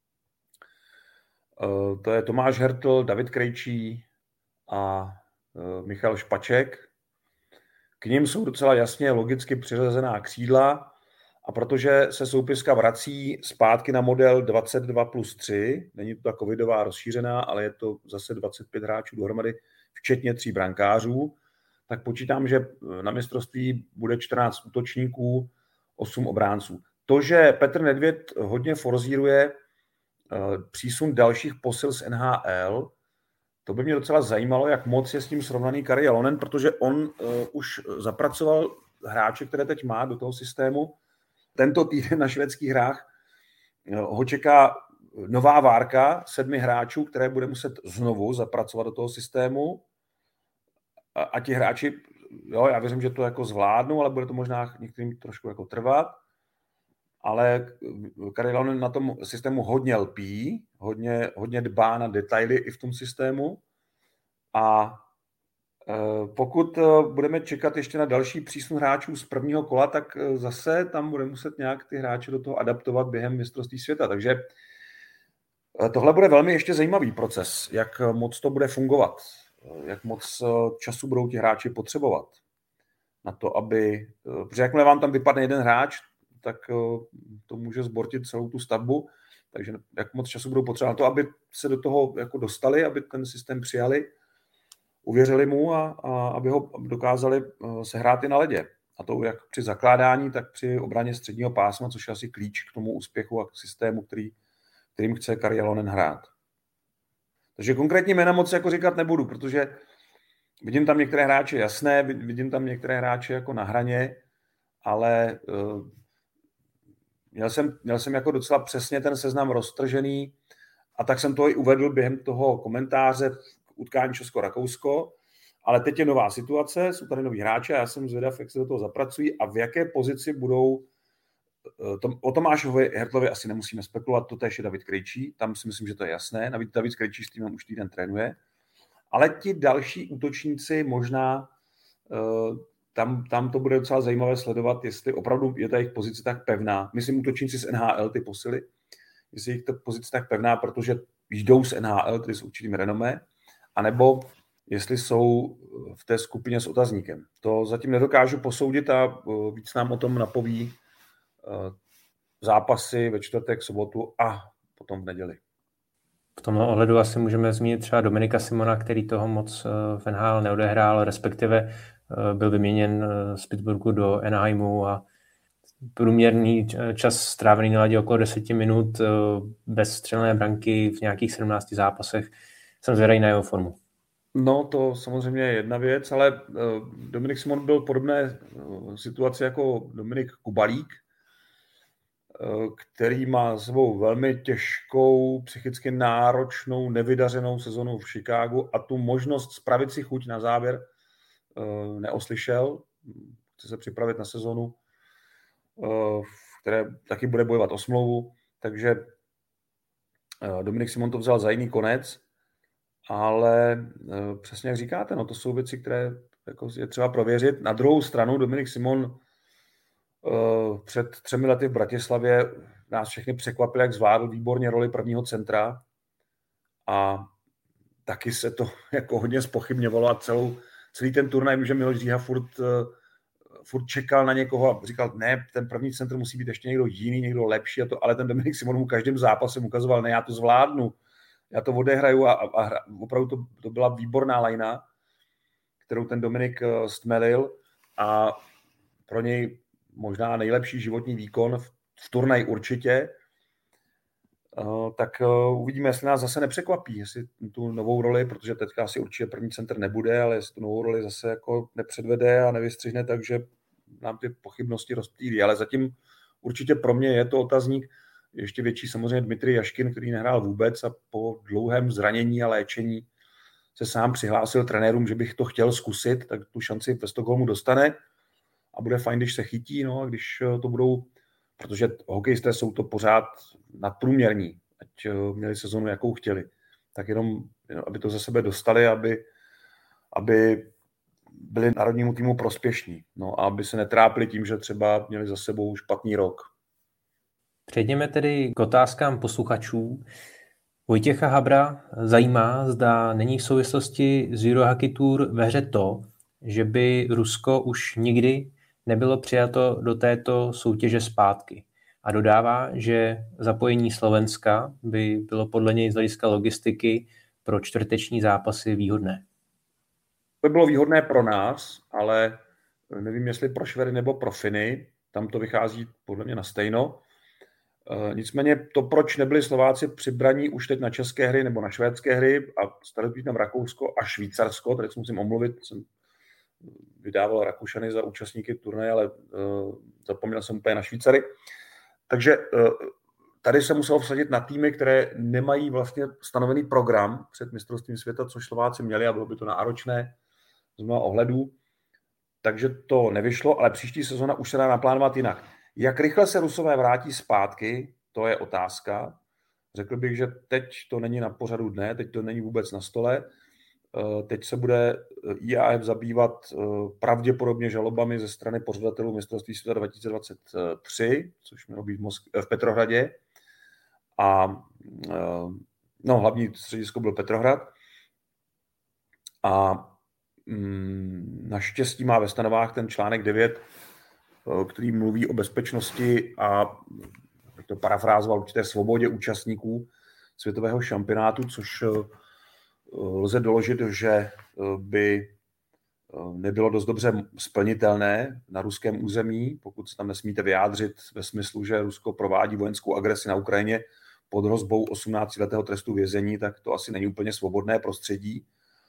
To je Tomáš Hertl, David Krejčí a Michal Špaček. K nim jsou docela jasně logicky přiřazená křídla a protože se soupiska vrací zpátky na model dvacet dva plus tři, není to ta covidová rozšířená, ale je to zase dvacet pět hráčů dohromady, včetně tří brankářů, tak počítám, že na mistrovství bude čtrnáct útočníků, osm obránců. To, že Petr Nedvěd hodně forzíruje přísun dalších posil z N H L, to by mě docela zajímalo, jak moc je s tím srovnaný Kari Jalonen, protože on uh, už zapracoval hráče, které teď má do toho systému. Tento týden na švédských hrách uh, ho čeká nová várka sedmi hráčů, které bude muset znovu zapracovat do toho systému. A, a ti hráči, jo, já věřím, že to jako zvládnou, ale bude to možná některým trošku jako trvat. Ale Kari Jalonen na tom systému hodně lpí, hodně, hodně dbá na detaily i v tom systému a e, pokud budeme čekat ještě na další přísun hráčů z prvního kola, tak zase tam bude muset nějak ty hráče do toho adaptovat během mistrovství světa, takže tohle bude velmi ještě zajímavý proces, jak moc to bude fungovat, jak moc času budou ti hráči potřebovat na to, aby, protože jakmile vám tam vypadne jeden hráč, tak to může zbortit celou tu stavbu, takže jak moc času budou potřebovat na to, aby se do toho jako dostali, aby ten systém přijali, uvěřili mu a, a aby ho dokázali sehrát i na ledě. A to jak při zakládání, tak při obraně středního pásma, což je asi klíč k tomu úspěchu a k systému, který, kterým chce Kari Jalonen hrát. Takže konkrétní jména moc jako říkat nebudu, protože vidím tam některé hráče jasné, vidím tam některé hráče jako na hraně, ale Měl jsem, měl jsem jako docela přesně ten seznam roztržený a tak jsem to i uvedl během toho komentáře k utkání Česko-Rakousko, ale teď je nová situace, jsou tady noví hráči a já jsem zvědav, jak se do toho zapracují a v jaké pozici budou, to, o Tomášovi Hertlovi asi nemusíme spekulovat, to též je David Krejčí, tam si myslím, že to je jasné, navíc David Krejčí s týmem už týden trénuje, ale ti další útočníci možná Tam, tam to bude docela zajímavé sledovat, jestli opravdu je ta jejich pozice tak pevná. Myslím útočníci z N H L, ty posily, jestli je jejich pozice tak pevná, protože jdou z N H L, tedy s určitým renomé, anebo jestli jsou v té skupině s otazníkem. To zatím nedokážu posoudit a víc nám o tom napoví zápasy ve čtvrtek, sobotu a potom v neděli. V tomhle ohledu asi můžeme zmínit třeba Dominika Simona, který toho moc v N H L neodehrál, respektive byl vyměněn z Pittsburghu do Anaheimu a průměrný čas strávený na ledě okolo deset minut bez střelné branky v nějakých sedmnácti zápasech. Jsem zvědavý na jeho formu. No to samozřejmě je jedna věc, ale Dominik Simon byl v podobné situaci jako Dominik Kubalík, který má za sebou velmi těžkou, psychicky náročnou, nevydařenou sezonu v Chicagu a tu možnost spravit si chuť na závěr neoslyšel. Chce se připravit na sezonu, v které taky bude bojovat o smlouvu, takže Dominik Simon to vzal za jiný konec, ale přesně jak říkáte, no to jsou věci, které jako je třeba prověřit. Na druhou stranu Dominik Simon před třemi lety v Bratislavě nás všechny překvapil, jak zvládl výborně roli prvního centra a taky se to jako hodně zpochybňovalo a celou celý ten turnaj, že Miloš Říha furt, furt čekal na někoho a říkal, ne, ten první centr musí být ještě někdo jiný, někdo lepší, a to, ale ten Dominik Simon mu každým zápasem ukazoval, ne, já to zvládnu, já to odehraju a, a, a opravdu to, to byla výborná lajna, kterou ten Dominik stmelil a pro něj možná nejlepší životní výkon v, v turnaji určitě. Uh, tak uh, uvidíme, jestli nás zase nepřekvapí, jestli tu novou roli, protože teďka asi určitě první center nebude, ale jestli tu novou roli zase jako nepředvede a nevystřihne, takže nám ty pochybnosti rozptýlí. Ale zatím určitě pro mě je to otazník ještě větší samozřejmě Dmitrij Jaškin, který nehrál vůbec a po dlouhém zranění a léčení se sám přihlásil trenérům, že bych to chtěl zkusit, tak tu šanci ve Stockholmu dostane a bude fajn, když se chytí, no a když to budou, protože hokejisté jsou to pořád nadprůměrní, ať měli sezonu, jakou chtěli, tak jenom, aby to ze sebe dostali, aby, aby byli národnímu týmu prospěšní, no a aby se netrápili tím, že třeba měli za sebou špatný rok. Přejdeme tedy k otázkám posluchačů. Vojtěcha Habra zajímá, zda není v souvislosti s Eurohockey Tour ve hře to, že by Rusko už nikdy nebylo přijato do této soutěže zpátky. A dodává, že zapojení Slovenska by bylo podle něj z hlediska logistiky pro čtvrteční zápasy výhodné. To by bylo výhodné pro nás, ale nevím, jestli pro Švedy nebo pro Finy. Tam to vychází podle mě na stejno. Nicméně to, proč nebyli Slováci přibraní už teď na české hry nebo na švédské hry a starý být tam Rakousko a Švýcarsko, tady se musím omluvit, jsem vydával Rakušany za účastníky turnaje, ale uh, zapomněl jsem úplně na Švýcary. Takže uh, tady se muselo vsadit na týmy, které nemají vlastně stanovený program před mistrovstvím světa, což Slováci měli a bylo by to náročné z mnoha ohledů. Takže to nevyšlo, ale příští sezona už se dá naplánovat jinak. Jak rychle se Rusové vrátí zpátky, to je otázka. Řekl bych, že teď to není na pořadu dne, teď to není vůbec na stole. Teď se bude I A F zabývat pravděpodobně žalobami ze strany pořadatelů mistrovství světa dva tisíce dvacet tři, což mělo být v, Mosk- v Petrohradě. A no, hlavní středisko byl Petrohrad. A mm, naštěstí má ve stanovách ten článek devět, který mluví o bezpečnosti a to parafrázoval určité svobodě účastníků světového šampionátu, což lze doložit, že by nebylo dost dobře splnitelné na ruském území, pokud se tam nesmíte vyjádřit ve smyslu, že Rusko provádí vojenskou agresi na Ukrajině pod hrozbou osmnáctiletého trestu vězení, tak to asi není úplně svobodné prostředí.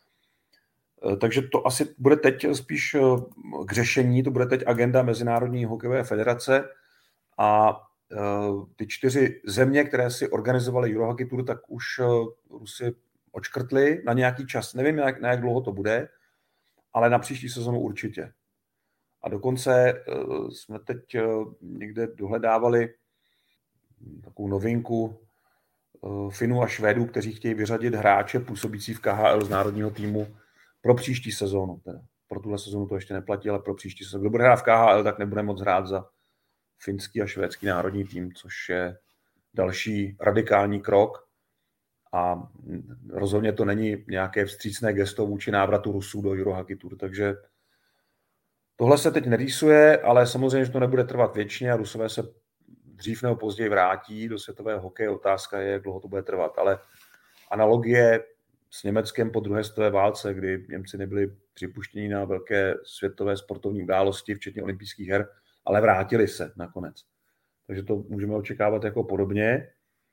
Takže to asi bude teď spíš k řešení, to bude teď agenda Mezinárodní hokejové federace a ty čtyři země, které si organizovaly Eurohockey Tour, tak už Rusy odškrtli na nějaký čas. Nevím, jak, na jak dlouho to bude, ale na příští sezonu určitě. A dokonce jsme teď někde dohledávali takovou novinku Finů a Švédů, kteří chtějí vyřadit hráče působící v K H L z národního týmu pro příští sezónu. Teda. Pro tuhle sezónu to ještě neplatí, ale pro příští sezónu. Kdo bude hrát v K H L, tak nebude moc hrát za finský a švédský národní tým, což je další radikální krok. A rozhodně to není nějaké vstřícné gesto vůči návratu Rusů do Eurohockey Tour, takže tohle se teď nerýsuje, ale samozřejmě, že to nebude trvat věčně a Rusové se dřív nebo později vrátí do světového hokeje. Otázka je, jak dlouho to bude trvat, ale analogie s Německem po druhé světové válce, kdy Němci nebyli připuštěni na velké světové sportovní události, včetně olympijských her, ale vrátili se nakonec. Takže to můžeme očekávat jako podobně.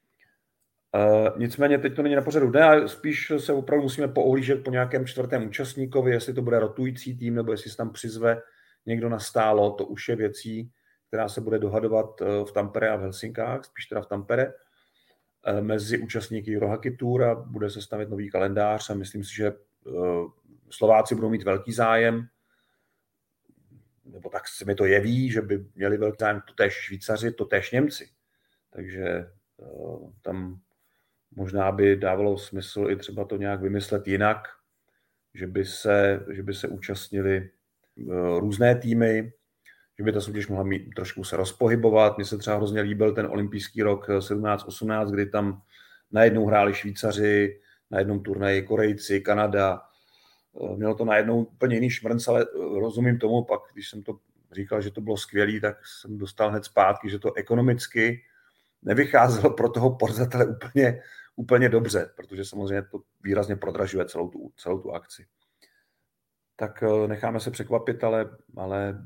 Uh, nicméně teď to není na pořadu dne, ale spíš se opravdu musíme poohlížet po nějakém čtvrtém účastníkovi, jestli to bude rotující tým, nebo jestli se tam přizve někdo nastálo, to už je věcí, která se bude dohadovat v Tampere a v Helsinkách, spíš teda v Tampere, mezi účastníky Eurohockey Tour a bude se stavět nový kalendář a myslím si, že Slováci budou mít velký zájem, nebo tak se mi to jeví, že by měli velký zájem totéž Švýcaři, totéž Němci. Takže tam možná by dávalo smysl i třeba to nějak vymyslet jinak, že by se, že by se účastnili různé týmy, že by ta soutěž mohla mít, trošku se rozpohybovat. Mně se třeba hrozně líbil ten olympijský rok sedmnáct osmnáct, kdy tam najednou hráli Švýcaři, na jednom turnaji Korejci, Kanada. Mělo to najednou úplně jiný šmrnc, ale rozumím tomu, pak když jsem to říkal, že to bylo skvělý, tak jsem dostal hned zpátky, že to ekonomicky nevycházelo pro toho pořadatele úplně, úplně dobře, protože samozřejmě to výrazně prodražuje celou tu, celou tu akci. Tak necháme se překvapit, ale, ale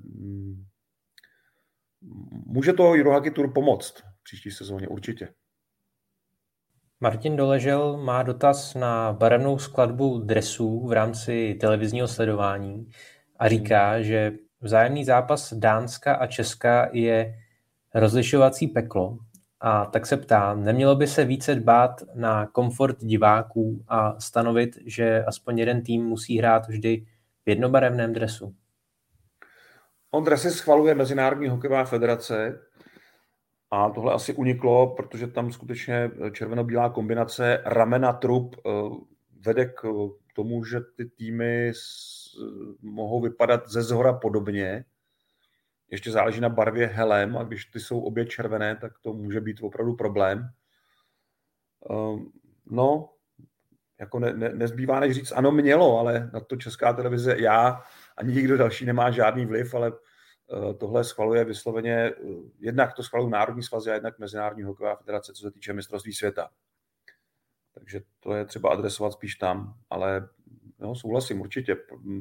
může to Eurohockey Tour pomoct v příští sezóně určitě. Martin Doležel má dotaz na barevnou skladbu dresů v rámci televizního sledování a říká, že vzájemný zápas Dánska a Česka je rozlišovací peklo. A tak se ptá, nemělo by se více dbát na komfort diváků a stanovit, že aspoň jeden tým musí hrát vždy v jednobarevném dresu? On dresy schvaluje Mezinárodní hokejová federace a tohle asi uniklo, protože tam skutečně červeno-bílá kombinace ramena trup vede k tomu, že ty týmy mohou vypadat ze zhora podobně. Ještě záleží na barvě helem a když ty jsou obě červené, tak to může být opravdu problém. No, jako ne, ne, nezbývá než říct, ano, mělo, ale na to Česká televize, já ani nikdo další nemá žádný vliv, ale tohle schvaluje vysloveně, jednak to schvalují Národní svazy a jednak Mezinárodní hokejová federace, co se týče mistrovství světa. Takže to je třeba adresovat spíš tam, ale no, souhlasím určitě.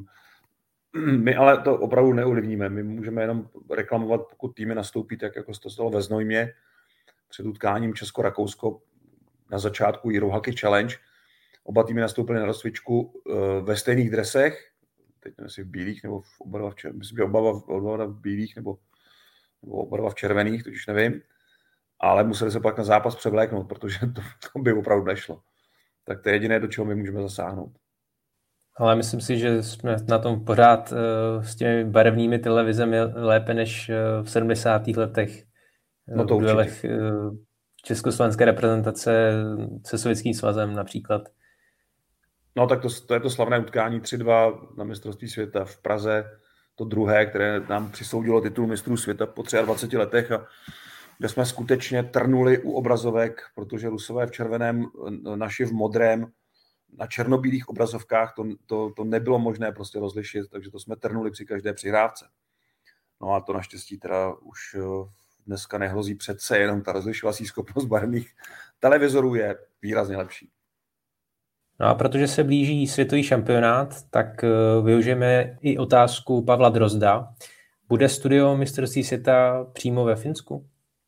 My ale to opravdu neovlivníme. My můžeme jenom reklamovat, pokud týmy nastoupí, tak jako se to stalo ve Znojmě před utkáním Česko-Rakousko na začátku Eurohockey Challenge. Oba týmy nastoupily na rozcvičku ve stejných dresech, teď nevím, jestli v bílých, nebo v oba v červených, myslím, že oba v, oba v bílých, nebo, nebo oba v červených, to už nevím, ale museli se pak na zápas převléknout, protože to, to by opravdu nešlo. Tak to je jediné, do čeho my můžeme zasáhnout. Ale myslím si, že jsme na tom pořád uh, s těmi barevnými televizemi lépe než uh, v sedmdesátých letech. No to v duelech uh, československé reprezentace se Sovětským svazem například. No tak to, to je to slavné utkání tři dva na mistrovství světa v Praze, to druhé, které nám přisoudilo titul mistrů světa po dvaceti třech letech a kde jsme skutečně trnuli u obrazovek, protože Rusové v červeném, naši v modrém, na černobílých obrazovkách to, to, to nebylo možné prostě rozlišit, takže to jsme trnuli při každé přihrávce. No a to naštěstí teda už dneska nehrozí, přece jenom ta rozlišovací schopnost barevných televizorů je výrazně lepší. No a protože se blíží světový šampionát, tak využijeme i otázku Pavla Drozda. Bude studio mistrovství světa přímo ve Finsku?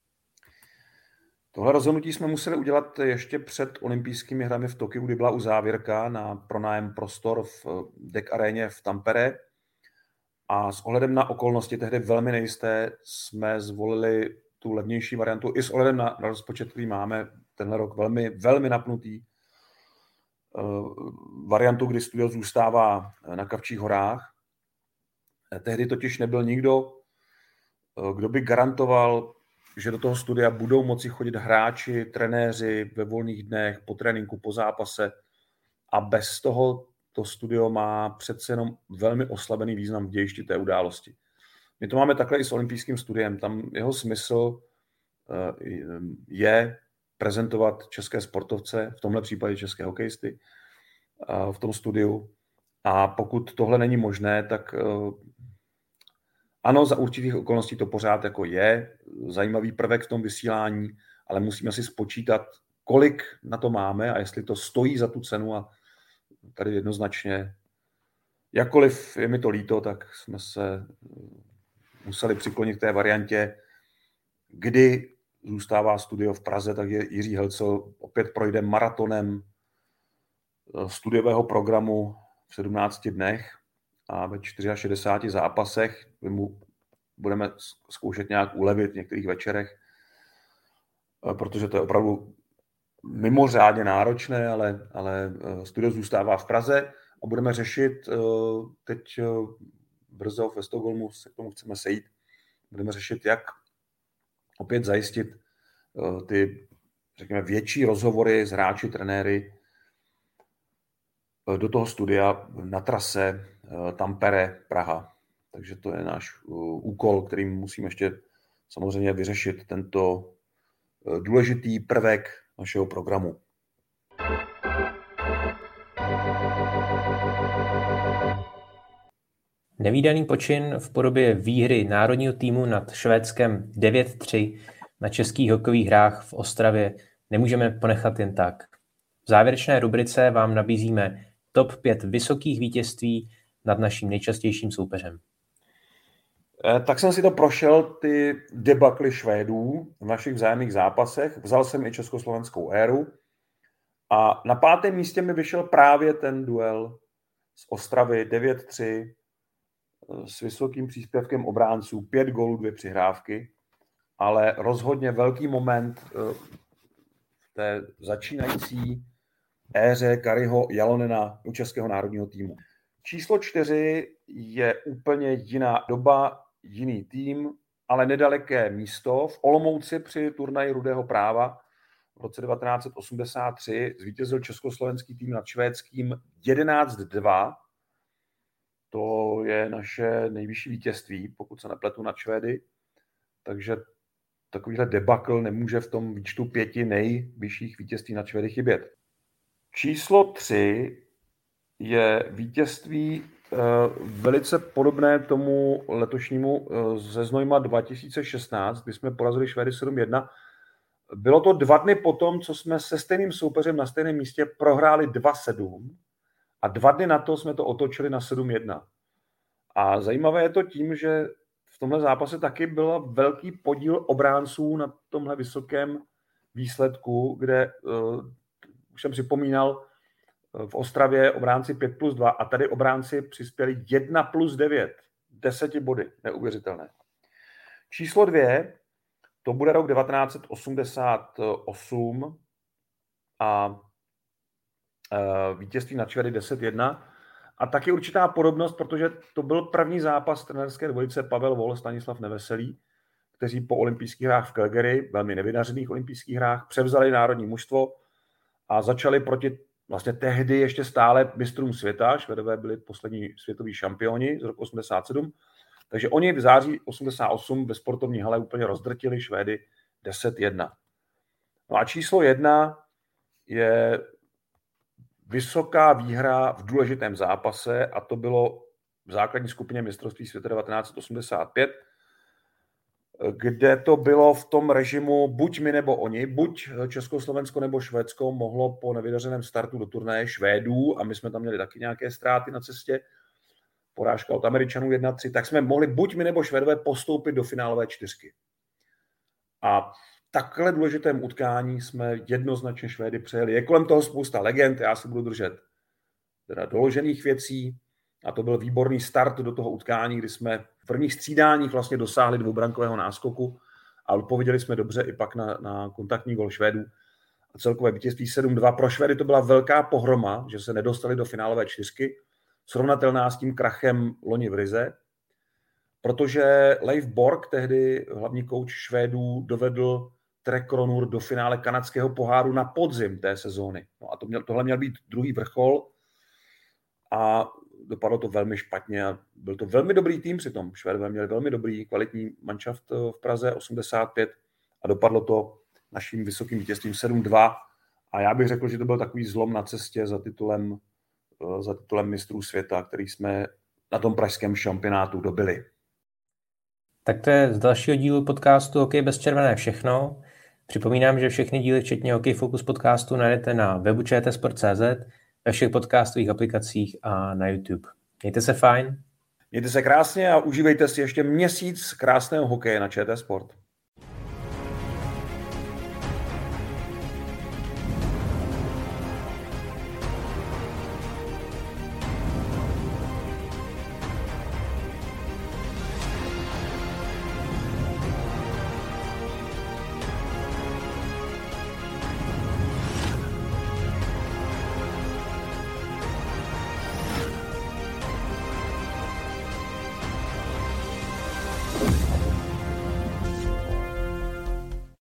Tohle rozhodnutí jsme museli udělat ještě před olympijskými hrami v Tokiu, kdy byla uzávěrka na pronájem prostor v Deck aréně v Tampere. A s ohledem na okolnosti tehdy velmi nejisté jsme zvolili tu levnější variantu i s ohledem na, na rozpočet, který máme tenhle rok velmi, velmi napnutý. Variantu, kdy studio zůstává na Kavčích horách. Tehdy totiž nebyl nikdo, kdo by garantoval, že do toho studia budou moci chodit hráči, trenéři ve volných dnech, po tréninku, po zápase a bez toho to studio má přece jenom velmi oslabený význam v dějišti té události. My to máme takhle i s olympijským studiem. Tam jeho smysl je prezentovat české sportovce, v tomhle případě české hokejisty, v tom studiu. A pokud tohle není možné, tak ano, za určitých okolností to pořád jako je zajímavý prvek v tom vysílání, ale musíme si spočítat, kolik na to máme a jestli to stojí za tu cenu a tady jednoznačně, jakkoliv je mi to líto, tak jsme se museli přiklonit k té variantě, kdy zůstává studio v Praze, tak je Jiří Helcel opět projde maratonem studiového programu v sedmnácti dnech a ve šedesáti čtyřech zápasech. My mu budeme zkoušet nějak ulevit v některých večerech, protože to je opravdu mimořádně náročné, ale, ale studio zůstává v Praze a budeme řešit, teď brzo ve Stockholmu se k tomu chceme sejít, budeme řešit, jak opět zajistit ty, řekněme, větší rozhovory s hráči, trenéry do toho studia na trase Tampere, Praha. Takže to je náš úkol, kterým musíme ještě samozřejmě vyřešit tento důležitý prvek našeho programu. Nevídaný počin v podobě výhry národního týmu nad Švédskem devět tři na českých hokejových hrách v Ostravě nemůžeme ponechat jen tak. V závěrečné rubrice vám nabízíme top pět vysokých vítězství nad naším nejčastějším soupeřem. Tak jsem si to prošel, ty debakly Švédů v našich vzájemných zápasech. Vzal jsem i československou éru. A na pátém místě mi vyšel právě ten duel z Ostravy té tři s vysokým příspěvkem obránců, pět gólů, dvě přihrávky, ale rozhodně velký moment v té začínající éře Kariho Jalonena u českého národního týmu. Číslo čtyři je úplně jiná doba, jiný tým, ale nedaleké místo. V Olomouci při turnaji Rudého práva v roce devatenáct set osmdesát tři zvítězil československý tým nad švédským jedenáct dva. To je naše nejvyšší vítězství, pokud se nepletu, nad Švédy. Takže takovýhle debakl nemůže v tom výčtu pěti nejvyšších vítězství nad Švédy chybět. Číslo tři je vítězství eh, velice podobné tomu letošnímu eh, ze Znojma dva tisíce šestnáct, kdy jsme porazili Švédy sedm jedna. Bylo to dva dny potom, co jsme se stejným soupeřem na stejném místě prohráli dva sedm a dva dny na to jsme to otočili na sedm jedna. A zajímavé je to tím, že v tomhle zápase taky byl velký podíl obránců na tomhle vysokém výsledku, kde uh, už jsem připomínal, v Ostravě obránci pět plus dva a tady obránci přispěli jedna plus devět. Deseti body. Neuvěřitelné. Číslo dvě, to bude rok devatenáct set osmdesát osm a e, vítězství nad Švédy deset jedna. A taky určitá podobnost, protože to byl první zápas trenérské dvojice Pavel Vol, Stanislav Neveselý, kteří po olympijských hrách v Calgary, velmi nevydařených olympijských hrách, převzali národní mužstvo a začali proti vlastně tehdy ještě stále mistrům světa. Švédové byli poslední světoví šampioni z roku osmdesát sedm. Takže oni v září osmdesát osm ve sportovní hale úplně rozdrtili Švédy deset jedna. No a číslo jedna je vysoká výhra v důležitém zápase a to bylo v základní skupině mistrovství světa devatenáct set osmdesát pět, kde to bylo v tom režimu buď my nebo oni, buď Československo nebo Švédsko mohlo po nevydařeném startu do turnaje Švédů, a my jsme tam měli taky nějaké ztráty na cestě, porážka od Američanů jedna tři, tak jsme mohli buď my nebo Švédové postoupit do finálové čtyřky. A v takhle důležitém utkání jsme jednoznačně Švédy přejeli. Je kolem toho spousta legend, já se budu držet teda doložených věcí, a to byl výborný start do toho utkání, kdy jsme v prvních střídáních vlastně dosáhli dvoubrankového náskoku a odpověděli jsme dobře i pak na, na kontaktní gol Švédů. A celkové vítězství sedm dva. Pro Švédy to byla velká pohroma, že se nedostali do finálové čtyřky, srovnatelná s tím krachem loni v Rize, protože Leif Borg, tehdy hlavní kouč Švédů, dovedl Trekronur do finále kanadského poháru na podzim té sezóny. No a to měl, tohle měl být druhý vrchol a dopadlo to velmi špatně a byl to velmi dobrý tým přitom. Švédové měli velmi dobrý, kvalitní manšaft v Praze osmdesát pět a dopadlo to naším vysokým vítězstvím sedm dva a já bych řekl, že to byl takový zlom na cestě za titulem, za titulem mistrů světa, který jsme na tom pražském šampionátu dobili. Tak to je z dalšího dílu podcastu Hokej bez červené všechno. Připomínám, že všechny díly, včetně Hokej Focus podcastu, najdete na webu č t sport tečka cé zet, ve všech podcastových aplikacích a na YouTube. Mějte se fajn. Mějte se krásně a užívejte si ještě měsíc krásného hokeje na ČT Sport.